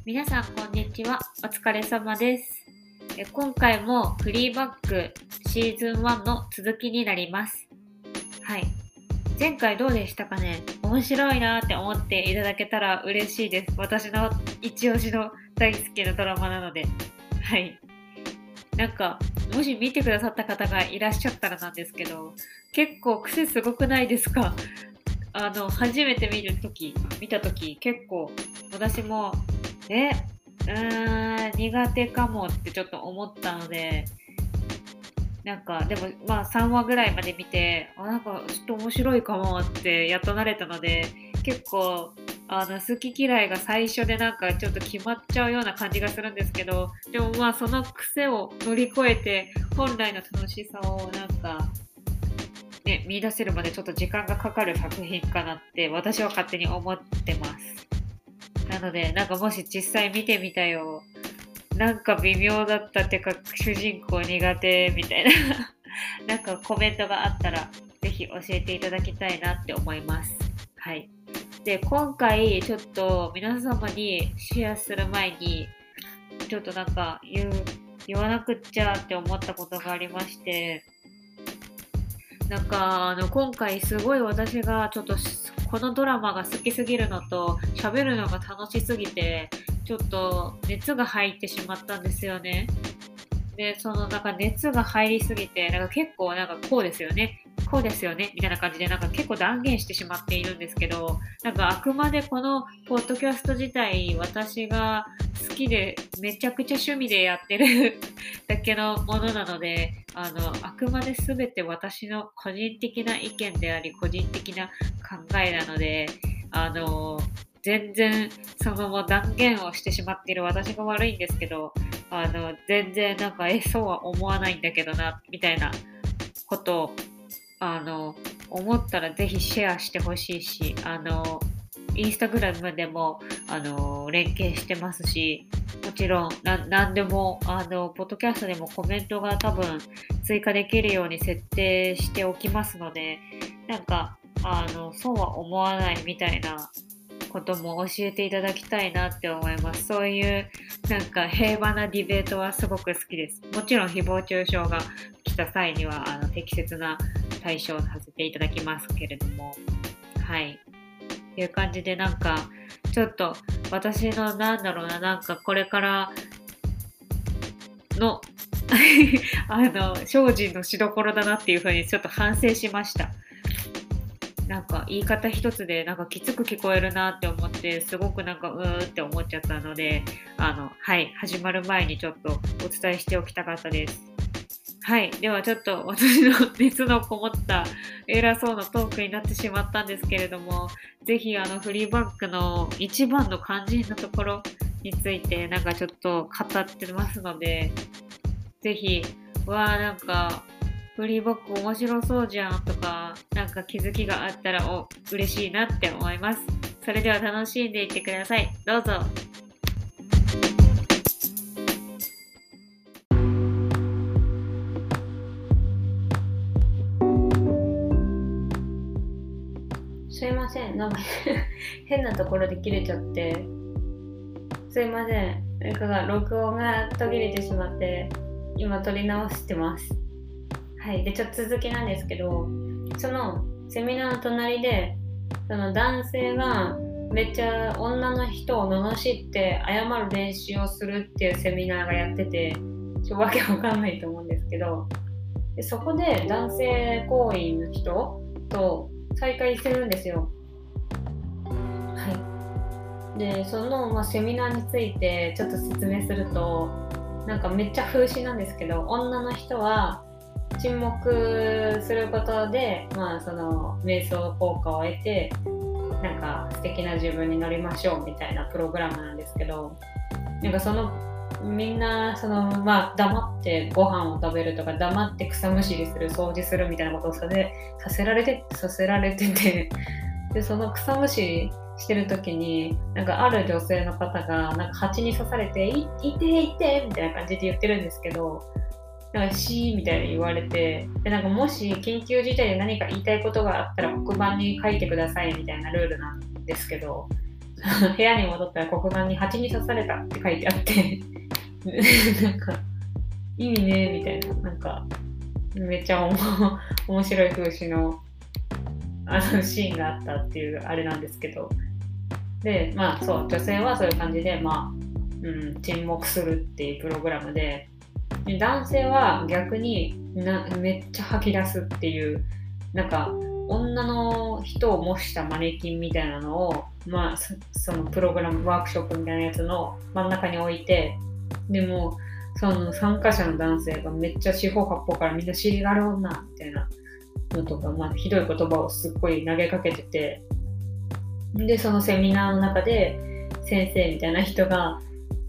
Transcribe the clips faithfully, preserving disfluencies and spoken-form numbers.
皆さんこんにちは。お疲れ様です。え今回もフリーバックシーズンワンの続きになります。はい。前回どうでしたかね。面白いなって思っていただけたら嬉しいです。私の一押しの大好きなドラマなので。はい。なんか、もし見てくださった方がいらっしゃったらなんですけど、結構癖すごくないですか？あの、初めて見るとき、見たとき、結構私も、え、うーん、苦手かもってちょっと思ったので、なんか、でも、まあさんわぐらいまで見て、あ、なんかちょっと面白いかもってやっと慣れたので、結構、あの、好き嫌いが最初でなんかちょっと決まっちゃうような感じがするんですけど、でもまあその癖を乗り越えて、本来の楽しさをなんか、ね、見出せるまでちょっと時間がかかる作品かなって私は勝手に思ってます。なので、なんかもし実際見てみたよ、なんか微妙だったってか、主人公苦手みたいななんかコメントがあったら、ぜひ教えていただきたいなって思います。はい。で、今回ちょっと皆様にシェアする前に、ちょっとなんか言う、言わなくっちゃって思ったことがありまして、なんかあの今回すごい私がちょっとこのドラマが好きすぎるのと喋るのが楽しすぎてちょっと熱が入ってしまったんですよね。で、そのなんか熱が入りすぎて、なんか結構なんかこうですよね、こうですよねみたいな感じでなんか結構断言してしまっているんですけど、なんかあくまでこのポッドキャスト自体私が好きでめちゃくちゃ趣味でやってるだけのものなので、あのあくまで全て私の個人的な意見であり個人的な考えなので、あの全然そのもう断言をしてしまっている私が悪いんですけど、あの全然なんかえそうは思わないんだけどなみたいなことをあの思ったらぜひシェアしてほしいし、あのインスタグラムでもあの連携してますし、もちろんな何でもあのポッドキャストでもコメントが多分追加できるように設定しておきますので、なんかあのそうは思わないみたいなことも教えていただきたいなって思います。そういうなんか平和なディベートはすごく好きです。もちろん誹謗中傷が来た際にはあの適切な対処をさせていただきますけれども、はい。っていう感じでなんかちょっと私のなんだろうな、なんかこれからのあの精進のしどころだなっていう風にちょっと反省しました。なんか言い方一つでなんかきつく聞こえるなって思ってすごくなんかうーって思っちゃったので、あのはい始まる前にちょっとお伝えしておきたかったです。はい、ではちょっと私の熱のこもった偉そうなトークになってしまったんですけれども、ぜひあのフリーバックの一番の肝心なところについてなんかちょっと語ってますので、ぜひ、わーなんか、フリーバック面白そうじゃんとか、なんか気づきがあったらお嬉しいなって思います。それでは楽しんでいってください。どうぞ。すいません、なんか変なところで切れちゃって、すいません、なんか録音が途切れてしまって、今撮り直してます。はい、でちょっと続きなんですけど、そのセミナーの隣でその男性がめっちゃ女の人を罵って謝る練習をするっていうセミナーがやってて、ちょっとわけわかんないと思うんですけど、でそこで男性行員の人と再会するんですよ。はい。でその、まあ、セミナーについてちょっと説明すると、なんかめっちゃ風刺なんですけど、女の人は沈黙することで、まあ、その瞑想効果を得てなんか素敵な自分になりましょうみたいなプログラムなんですけど、なんかそのみんなその、まあ、黙ってご飯を食べるとか黙って草むしりする掃除するみたいなことをさせさせられてさせられててでその草むしりしてる時になんかある女性の方がなんか蜂に刺されていいていてみたいな感じで言ってるんですけど、なんかシーみたいに言われて、でなんかもし緊急事態で何か言いたいことがあったら黒板に書いてくださいみたいなルールなんですけど、 部屋に戻ったら黒板に蜂に刺されたって書いてあってなんか意味ねみたいな、なんかめっちゃおも面白い風刺のあのシーンがあったっていうあれなんですけど、でまあそう女性はそういう感じでまあ、うん、沈黙するっていうプログラムで、で男性は逆になめっちゃ吐き出すっていう、なんか女の人を模したマネキンみたいなのを、まあ、そ, そのプログラムワークショップみたいなやつの真ん中に置いて、でもその参加者の男性がめっちゃ四方八方からみんな尻がある女みたいなのとか、まあ、ひどい言葉をすっごい投げかけてて、でそのセミナーの中で先生みたいな人が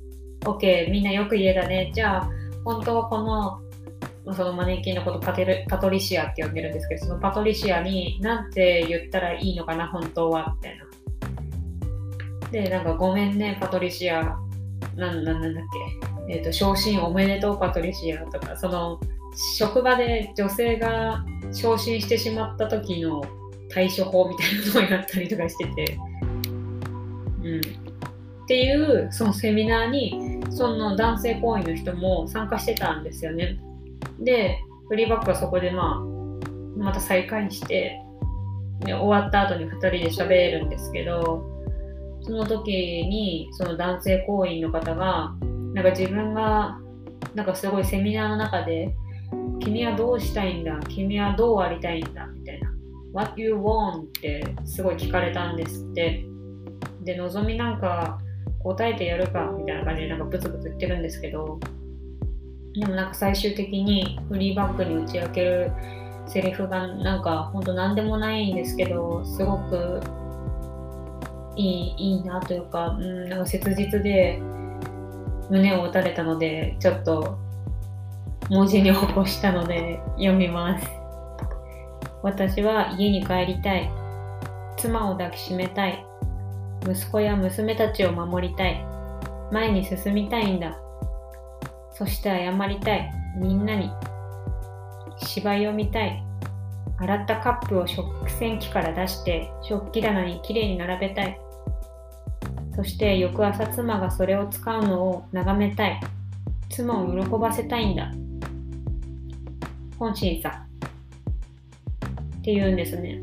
OK みんなよく言えだね、じゃあ本当はこのそのマネキンのことパテルパトリシアって呼んでるんですけど、そのパトリシアになんて言ったらいいのかな本当はみたいな。でなんかごめんねパトリシア、なんなんなんだっけ、えっと昇進おめでとうパトリシアとか、その職場で女性が昇進してしまった時の対処法みたいなのをやったりとかしてて、うんっていうそのセミナーにその男性行為の人も参加してたんですよね。でフリーバックはそこで、まあ、また再開して、で終わった後にふたりで喋るんですけど、その時にその男性行員の方がなんか自分がなんかすごいセミナーの中で君はどうしたいんだ、君はどうありたいんだみたいな What you want ってすごい聞かれたんですって。でのぞみなんか答えてやるかみたいな感じでなんかブツブツ言ってるんですけど、でもなんか最終的にフリーバックに打ち明けるセリフがなんかほんと何でもないんですけど、すごくいい、いいなというか、うん、なんか切実で胸を打たれたので、ちょっと文字に起こしたので読みます。私は家に帰りたい。妻を抱きしめたい。息子や娘たちを守りたい。前に進みたいんだ。そして謝りたい。みんなに。芝居を見たい。洗ったカップを食洗機から出して食器棚にきれいに並べたい。そして翌朝妻がそれを使うのを眺めたい。妻を喜ばせたいんだ。本心さ。って言うんですね。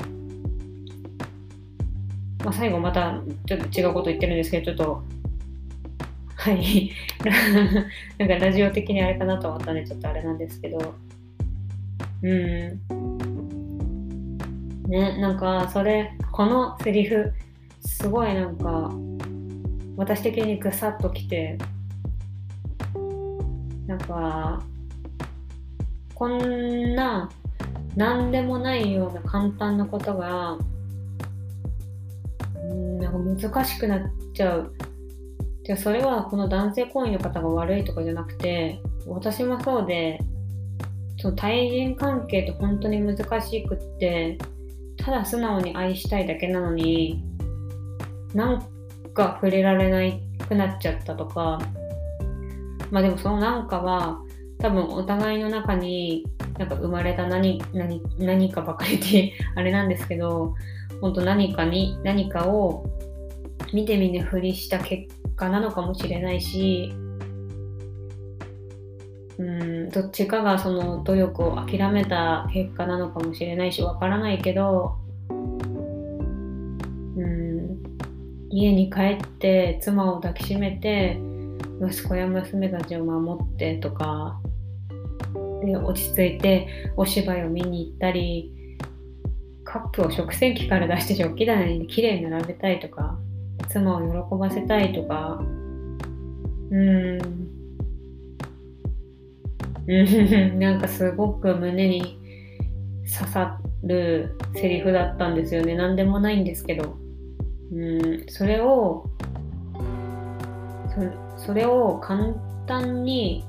まあ、最後またちょっと違うこと言ってるんですけど、ちょっとはいなんかラジオ的にあれかなと思ったんでちょっとあれなんですけど、うんね、なんかそれこのセリフすごいなんか私的にグサッときて、なんかこんな何でもないような簡単なことがなんか難しくなっちゃう。でそれはこの男性行為の方が悪いとかじゃなくて、私もそうで、その対人関係って本当に難しくって、ただ素直に愛したいだけなのになんか触れられなくなっちゃったとか、まあでもそのなんかは多分お互いの中になんか生まれた何、何、何かばかりであれなんですけど、本当何かに何かを見て見ぬふりした結果なのかもしれないし、うーんどっちかがその努力を諦めた結果なのかもしれないし、わからないけど、うーん家に帰って妻を抱きしめて息子や娘たちを守ってとかで、落ち着いてお芝居を見に行ったり、カップを食洗機から出して食器棚にきれいに並べたいとか、妻を喜ばせたいとか、うーんなんかすごく胸に刺さるセリフだったんですよね。なんでもないんですけど、うんそれをそ、それを簡単に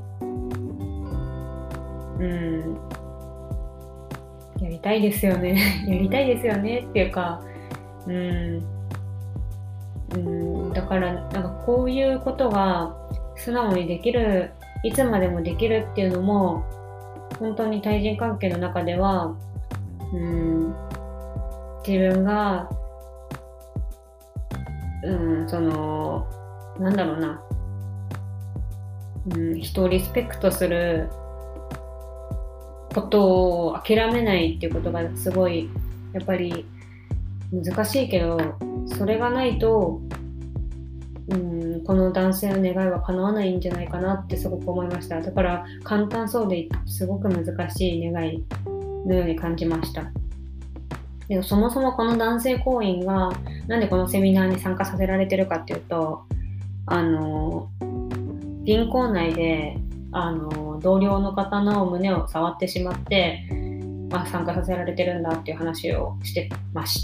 うんやりたいですよねやりたいですよねっていうか、うんうんだからなんかこういうことが素直にできる、いつまでもできるっていうのも本当に対人関係の中では、うん自分がうん、そのなんだろうな、うん、人をリスペクトすることを諦めないっていうことがすごいやっぱり難しいけど、それがないと、うん、この男性の願いは叶わないんじゃないかなってすごく思いました。だから簡単そうですごく難しい願いのように感じました。でもそもそもこの男性行員がなんでこのセミナーに参加させられてるかっていうと、あの銀行内であの同僚の方の胸を触ってしまって、まあ、参加させられてるんだっていう話をしてました。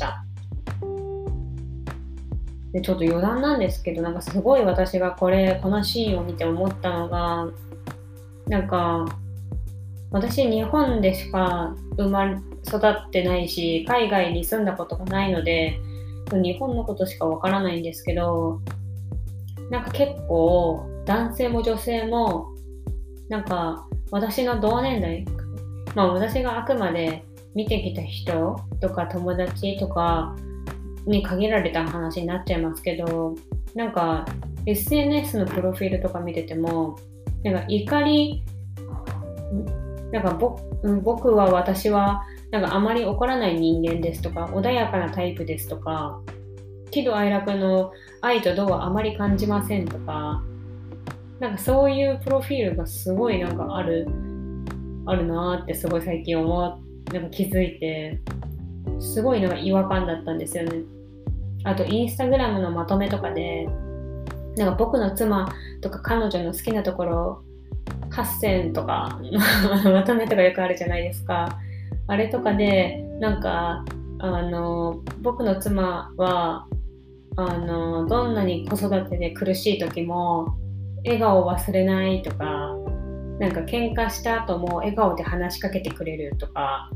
でちょっと余談なんですけど、なんかすごい私がこれこのシーンを見て思ったのが、なんか私日本でしか生まれ育ってないし、海外に住んだことがないので日本のことしかわからないんですけど、なんか結構男性も女性もなんか私の同年代、まあ私があくまで見てきた人とか友達とかに限られた話になっちゃいますけど、なんか エスエヌエス のプロフィールとか見てても、なんか怒り、なんかぼ僕は私はなんかあまり怒らない人間ですとか、穏やかなタイプですとか、喜怒哀楽の愛と怒はあまり感じませんとか、なんかそういうプロフィールがすごいなんかあるあるなーってすごい最近思う、なんか気づいて、すごいなんか違和感だったんですよね。あとインスタグラムのまとめとかで、なんか僕の妻とか彼女の好きなところはっせんとかまとめとかよくあるじゃないですか。あれとかでなんかあの僕の妻はあのどんなに子育てで苦しい時も笑顔を忘れないとか、なんか喧嘩した後も笑顔で話しかけてくれるとか、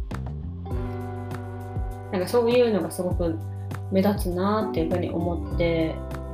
なんかそういうのがすごく目立つなっていうふうに思って、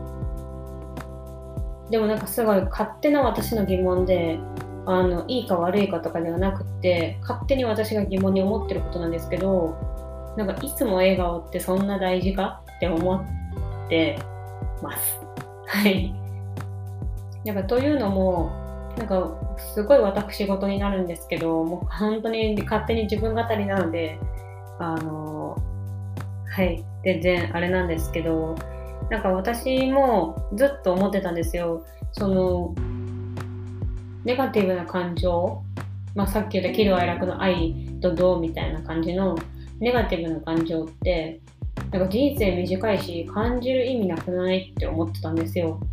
でもなんかすごい勝手な私の疑問で、あのいいか悪いかとかではなくって勝手に私が疑問に思ってることなんですけど、なんかいつも笑顔ってそんな大事かって思ってます。はい。なんかというのも、なんかすごい私事になるんですけど、もう本当に勝手に自分語りなので、あのはい全然あれなんですけど、なんか私もずっと思ってたんですよ。そのネガティブな感情、まあ、さっき言った喜怒哀楽の愛と怒みたいな感じのネガティブな感情ってなんか人生短いし感じる意味なくないって思ってたんですよ。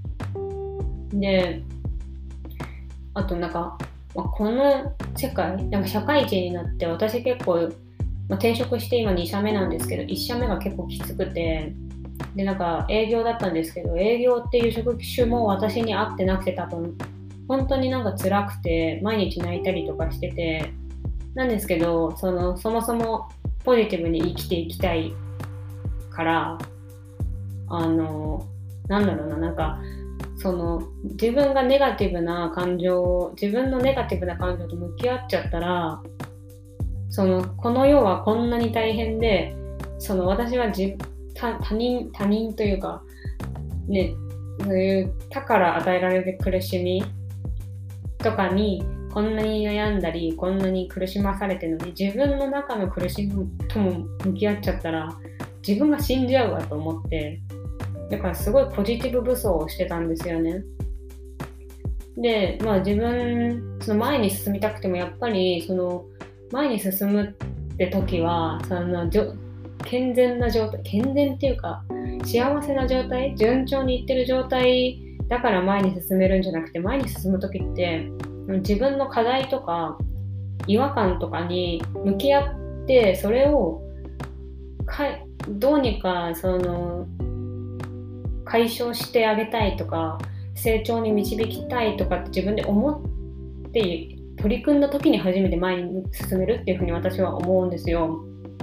で、あとなんか、まあ、この世界、なんか社会人になって私結構、まあ、転職して今に社目なんですけど、いち社目が結構きつくて、でなんか営業だったんですけど、営業っていう職種も私に合ってなくて、多分本当になんか辛くて毎日泣いたりとかしてて、なんですけど、そのそもそもポジティブに生きていきたいから、あのなんだろうな、なんかその自分がネガティブな感情、自分のネガティブな感情と向き合っちゃったら、そのこの世はこんなに大変で、その私は自他他人他人というかね、そういう他から与えられる苦しみとかにこんなに悩んだりこんなに苦しまされてるのに、自分の中の苦しみとも向き合っちゃったら自分が死んじゃうわと思って、だからすごいポジティブ武装をしてたんですよね。で、まあ自分その前に進みたくてもやっぱりその前に進むって時はその健全な状態、健全っていうか幸せな状態、順調にいってる状態だから前に進めるんじゃなくて、前に進む時って自分の課題とか違和感とかに向き合って、それをかどうにかその解消してあげたいとか成長に導きたいとかって自分で思って取り組んだ時に初めて前に進めるっていうふうに私は思うんですよ。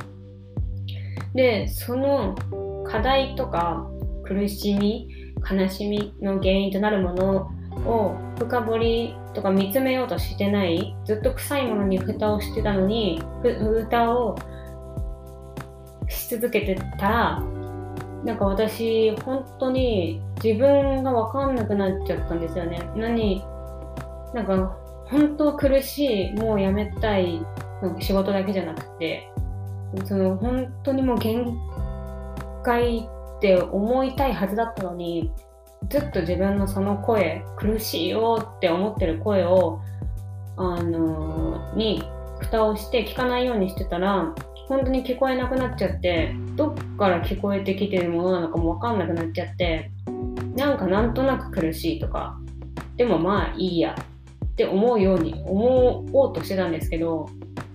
で、その課題とか苦しみ、悲しみの原因となるものを深掘りとか見つめようとしてない、ずっと臭いものに蓋をしてたのに、ふ蓋をし続けてたら、 なんか私本当に自分が分かんなくなっちゃったんですよね。何なんか本当苦しい、もうやめたい仕事だけじゃなくて、その本当にもう限界って思いたいはずだったのに、ずっと自分のその声、苦しいよって思ってる声をあのー、に蓋をして聞かないようにしてたら、本当に聞こえなくなっちゃって、どっから聞こえてきてるものなのかも分かんなくなっちゃって、なんかなんとなく苦しいとか、でもまあいいやって思うように思おうとしてたんですけど、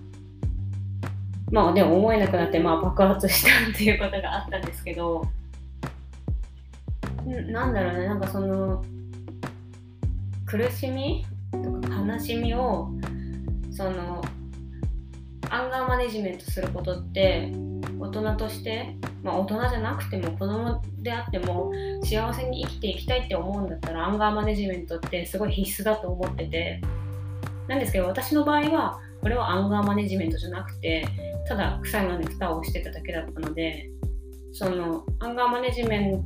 まあでも思えなくなって、まあ爆発したっていうことがあったんですけど、なんだろうね、なんかその苦しみとか悲しみをそのアンガーマネジメントすることって大人として、まあ大人じゃなくても子供であっても幸せに生きていきたいって思うんだったら、アンガーマネジメントってすごい必須だと思ってて、なんですけど私の場合はこれはアンガーマネジメントじゃなくて、ただ臭いものに蓋をしてただけだったので、そのアンガーマネジメント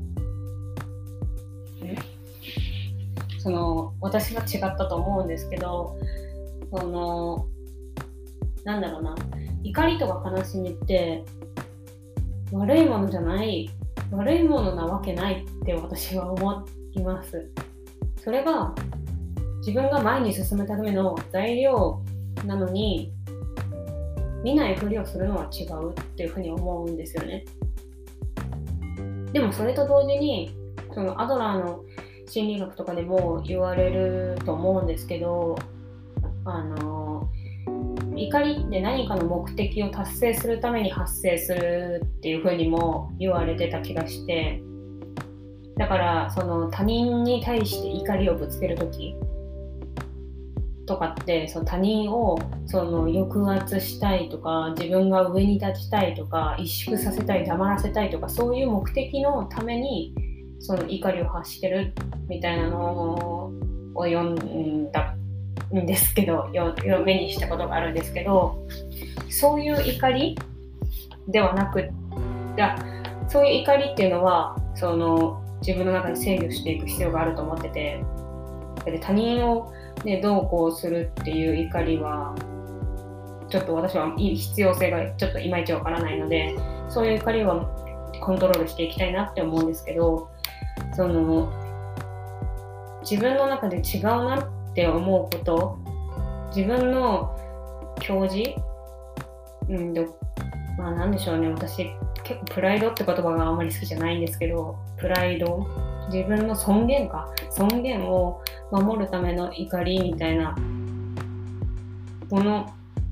その私は違ったと思うんですけど、そのなんだろうな、怒りとか悲しみって悪いものじゃない、悪いものなわけないって私は思います。それが自分が前に進むための材料なのに、見ないふりをするのは違うっていうふうに思うんですよね。でもそれと同時に、そのアドラーの心理学とかでも言われると思うんですけど、あの怒りって何かの目的を達成するために発生するっていう風にも言われてた気がして、だからその他人に対して怒りをぶつけるときとかって、その他人をその抑圧したいとか、自分が上に立ちたいとか、萎縮させたい、黙らせたいとか、そういう目的のためにその怒りを発してるみたいなのを読んだんですけど、目にしたことがあるんですけど、そういう怒りではなく、そういう怒りっていうのはその自分の中で制御していく必要があると思ってて、で他人を、ね、どうこうするっていう怒りはちょっと私は必要性がちょっといまいちわからないので、そういう怒りはコントロールしていきたいなって思うんですけど、その自分の中で違うなって思うこと、自分の教示、うんでまあなんでしょうね、私結構プライドって言葉があんまり好きじゃないんですけど、プライド、自分の尊厳か尊厳を守るための怒りみたいなもの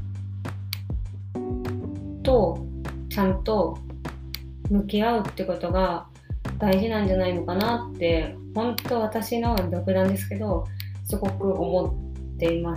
とちゃんと向き合うってことが大事なんじゃないのかなって、本当私の独断ですけどすごく思っています。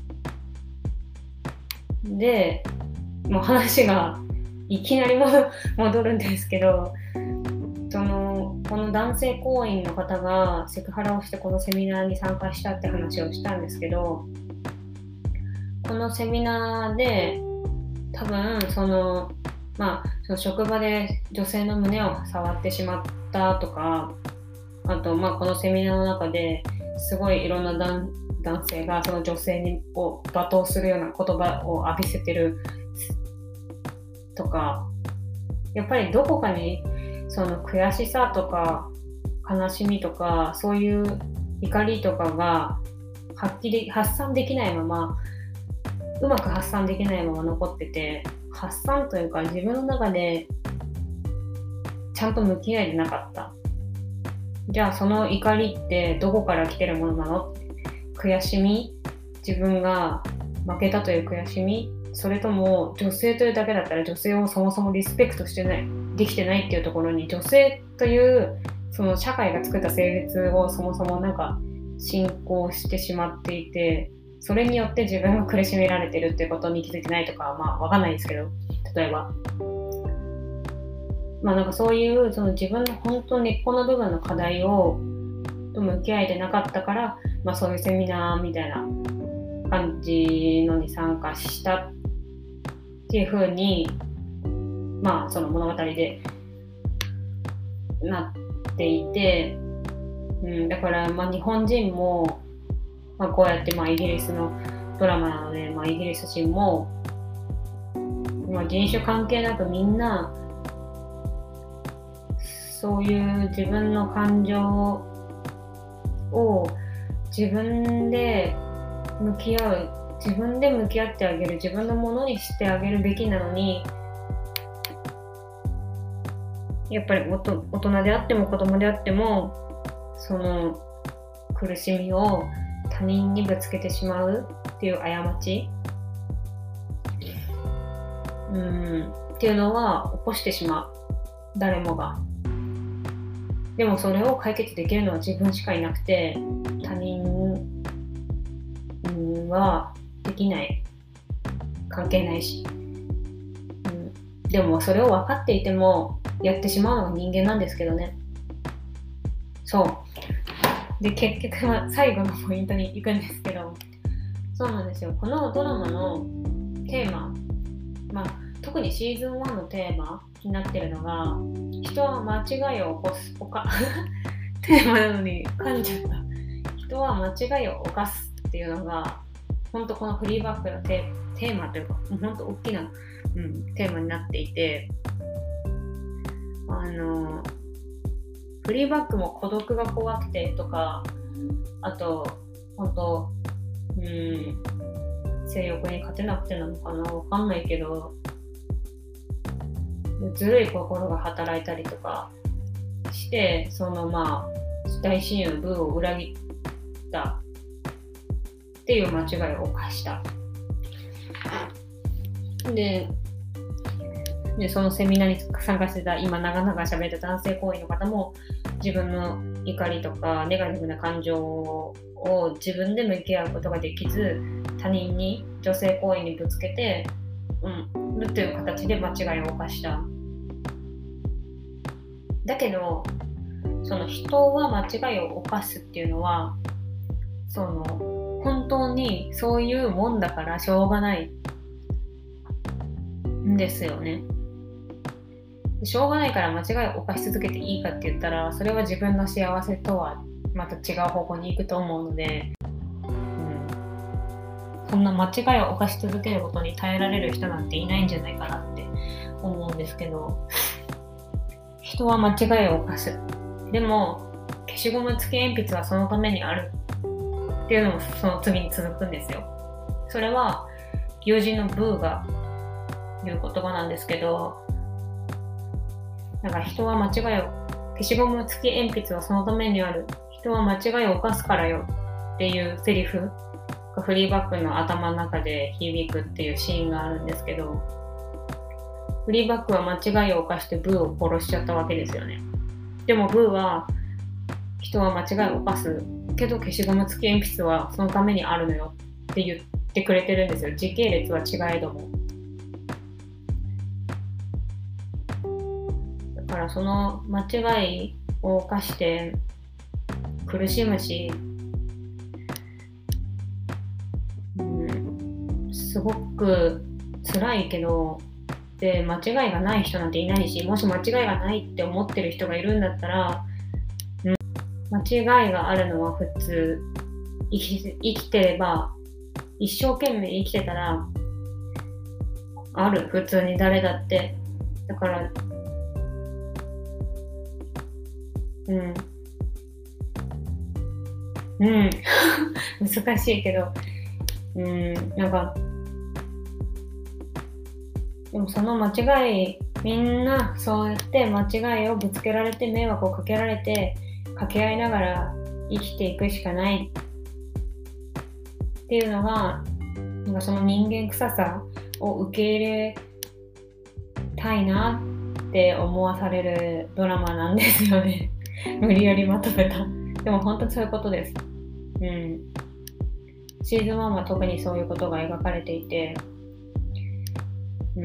で、もう話がいきなり戻るんですけど、そのこの男性行員の方がセクハラをしてこのセミナーに参加したって話をしたんですけど、このセミナーで多分そのまあその職場で女性の胸を触ってしまったとか、あとまあこのセミナーの中ですごいいろんな男男性がその女性にを罵倒するような言葉を浴びせてるとか、やっぱりどこかにその悔しさとか悲しみとかそういう怒りとかが発揮で発散できないまま、うまく発散できないまま残ってて、発散というか自分の中でちゃんと向き合えてなかった。じゃあその怒りってどこから来てるものなの？悔しみ、自分が負けたという悔しみ、それとも女性というだけだったら女性をそもそもリスペクトしてないできてないっていうところに、女性というその社会が作った性別をそもそもなんか信仰してしまっていて、それによって自分が苦しめられてるっていうことに気づいてないとか、まあわかんないですけど、例えばまあなんかそういうその自分の本当に根っこの部分の課題をと向き合えてなかったから、まあそういうセミナーみたいな感じのに参加したっていう風に、まあその物語でなっていて、うん、だからまあ日本人も、まあ、こうやってまあイギリスのドラマなので、まあ、イギリス人も、まあ、人種関係なくみんなそういう自分の感情を自分で向き合う、自分で向き合ってあげる、自分のものにしてあげるべきなのに、やっぱり大人であっても子供であってもその苦しみを他人にぶつけてしまうっていう過ち、うん、っていうのは起こしてしまう、誰もが。でもそれを解決できるのは自分しかいなくて、他人はできない、関係ないし、うん、でもそれを分かっていてもやってしまうのが人間なんですけどね。そうで、結局は最後のポイントに行くんですけど、そうなんですよ。このドラマのテーマ、まあ特にシーズンワンのテーマになってるのが、人は間違いを起こす、おかテーマなのに噛んじゃった。人は間違いを犯すっていうのが本当このフリーバックの テ, テーマというか、本当大きな、うん、テーマになっていて、あのフリーバックも孤独が怖くてとか、あと本当、うん、性欲に勝てなくてなのかな、わかんないけど、ずるい心が働いたりとかして、そのまあ大親友のブーを裏切ったっていう間違いを犯した。ででそのセミナーに参加してた、今長々喋った男性行為の方も、自分の怒りとかネガティブな感情を自分で向き合うことができず、他人に、女性行為にぶつけて、うん、るという形で間違いを犯した。だけどその人は間違いを犯すっていうのは、その本当にそういうもんだからしょうがないんですよね。しょうがないから間違いを犯し続けていいかって言ったら、それは自分の幸せとはまた違う方向に行くと思うので、うん、そんな間違いを犯し続けることに耐えられる人なんていないんじゃないかなって思うんですけど、人は間違いを犯す。でも消しゴム付き鉛筆はそのためにあるっていうのもその次に続くんですよ。それは友人のブーが言う言葉なんですけど、なんか人は間違いを、消しゴム付き鉛筆はそのためにある、人は間違いを犯すからよっていうセリフがフリーバックの頭の中で響くっていうシーンがあるんですけど、フリーバックは間違いを犯してブーを殺しちゃったわけですよね。でもブーは、人は間違いを犯すけど消しゴム付き鉛筆はそのためにあるのよって言ってくれてるんですよ。時系列は違えども。だからその間違いを犯して苦しむし、うん、すごく辛いけど、で間違いがない人なんていないし、もし間違いがないって思ってる人がいるんだったら、うん、間違いがあるのは普通。生き、生きてれば、一生懸命生きてたらある、普通に誰だって。だからうんうん難しいけど、うんなんかでもその間違い、みんなそうやって間違いをぶつけられて、迷惑をかけられて、掛け合いながら生きていくしかないっていうのが、なんかその人間臭さを受け入れたいなって思わされるドラマなんですよね無理やりまとめた。でも本当にそういうことです。うん。シーズンワンは特にそういうことが描かれていて、うん、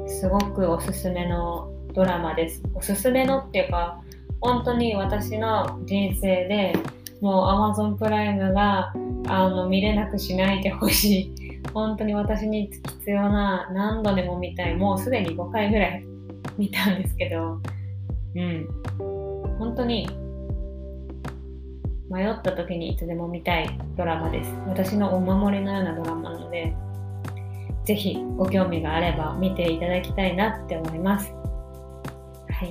すごくおすすめのドラマです。おすすめのっていうか、本当に私の人生でもう Amazon プライムがあの見れなくしないでほしい。本当に私に必要な、何度でも見たい、もうすでにごかいぐらい見たんですけど、 うん。本当に迷った時にいつでも見たいドラマです。私のお守りのようなドラマなので、ぜひご興味があれば見ていただきたいなって思います。はい。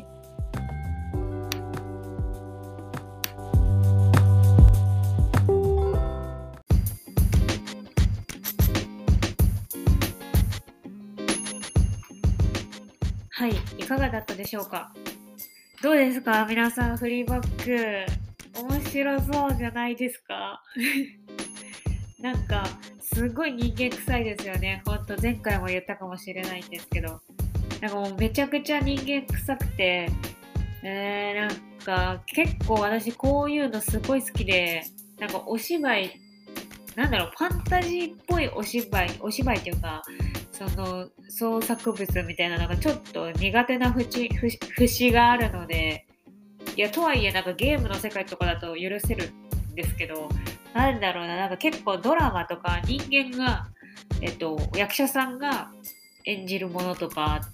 はい、いかがだったでしょうか。どうですか皆さん、フリーバック面白そうじゃないですか。なんかすごい人間臭いですよね。ほんと前回も言ったかもしれないんですけど、なんかもうめちゃくちゃ人間臭くて、えー、なんか結構私こういうのすごい好きで、なんかお芝居、なんだろう、ファンタジーっぽいお芝居、お芝居っていうか、その創作物みたいなのがちょっと苦手な節節節があるので、いや、とはいえなんかゲームの世界とかだと許せるんですけど、なんだろうな、なんか結構ドラマとか人間が、えっと、役者さんが演じるものとかあって、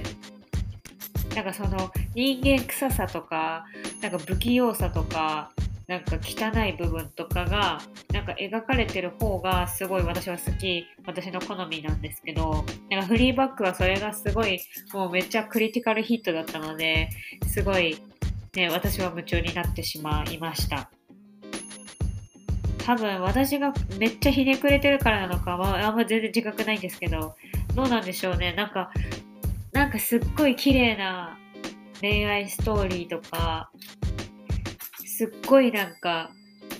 なんかその人間臭さとか、なんか不器用さとか、なんか汚い部分とかが、なんか描かれてる方がすごい私は好き、私の好みなんですけど、なんかフリーバックはそれがすごい、もうめっちゃクリティカルヒットだったので、すごい、ね、私は夢中になってしまいました。多分私がめっちゃひねくれてるからなのかはあんま全然自覚ないんですけど、どうなんでしょうね。なんか、なんかすっごい綺麗な恋愛ストーリーとか、すっごいなんか、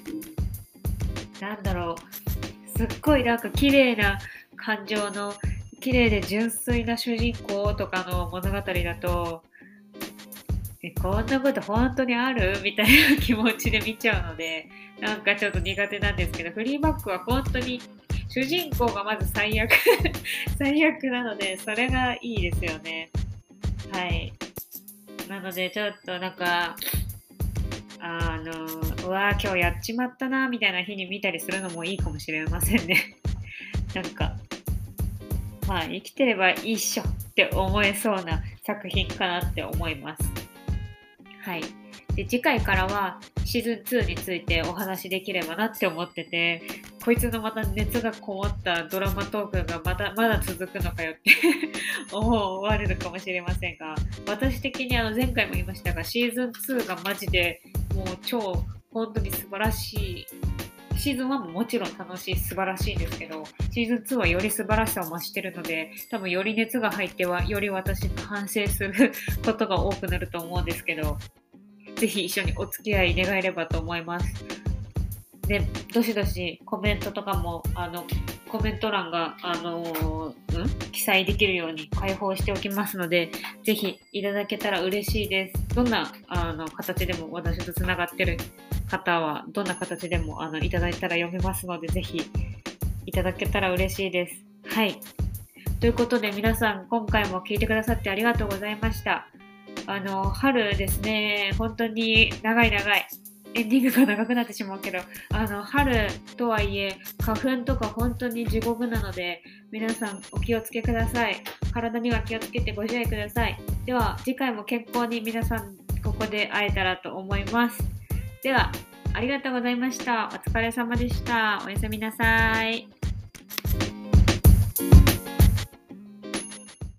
なんだろう、すっごいなんか綺麗な感情の、綺麗で純粋な主人公とかの物語だと、え、こんなこと本当にあるみたいな気持ちで見ちゃうので、なんかちょっと苦手なんですけど、フリーバックは本当に主人公がまず最悪最悪なので、それがいいですよね。はい。なのでちょっとなんか、あの、うわー今日やっちまったなみたいな日に見たりするのもいいかもしれませんね。なんか、まあ生きてればいいっしょって思えそうな作品かなって思います。はい。で、次回からはシーズンツーについてお話しできればなって思ってて、こいつのまた熱がこもったドラマトークがまたまだ続くのかよって思われるかもしれませんが、私的にあの前回も言いましたが、シーズンツーがマジでもう超本当に素晴らしい。シーズンワンももちろん楽しい、素晴らしいんですけど、シーズンツーはより素晴らしさを増してるので、多分より熱が入っては、より私が反省することが多くなると思うんですけど、ぜひ一緒にお付き合い願えればと思います。で、どしどしコメントとかも、あの、コメント欄が、あのー、ん記載できるように開放しておきますので、ぜひいただけたら嬉しいです。どんなあの形でも私とつながってる方は、どんな形でもあのいただいたら読めますので、ぜひいただけたら嬉しいです。はい。ということで皆さん、今回も聞いてくださってありがとうございました。あの、春ですね、本当に長い長い。エンディングが長くなってしまうけど、あの、春とはいえ、花粉とか本当に地獄なので、皆さんお気をつけください。体には気をつけてご自愛ください。では、次回も健康に皆さん、ここで会えたらと思います。では、ありがとうございました。お疲れ様でした。おやすみなさい。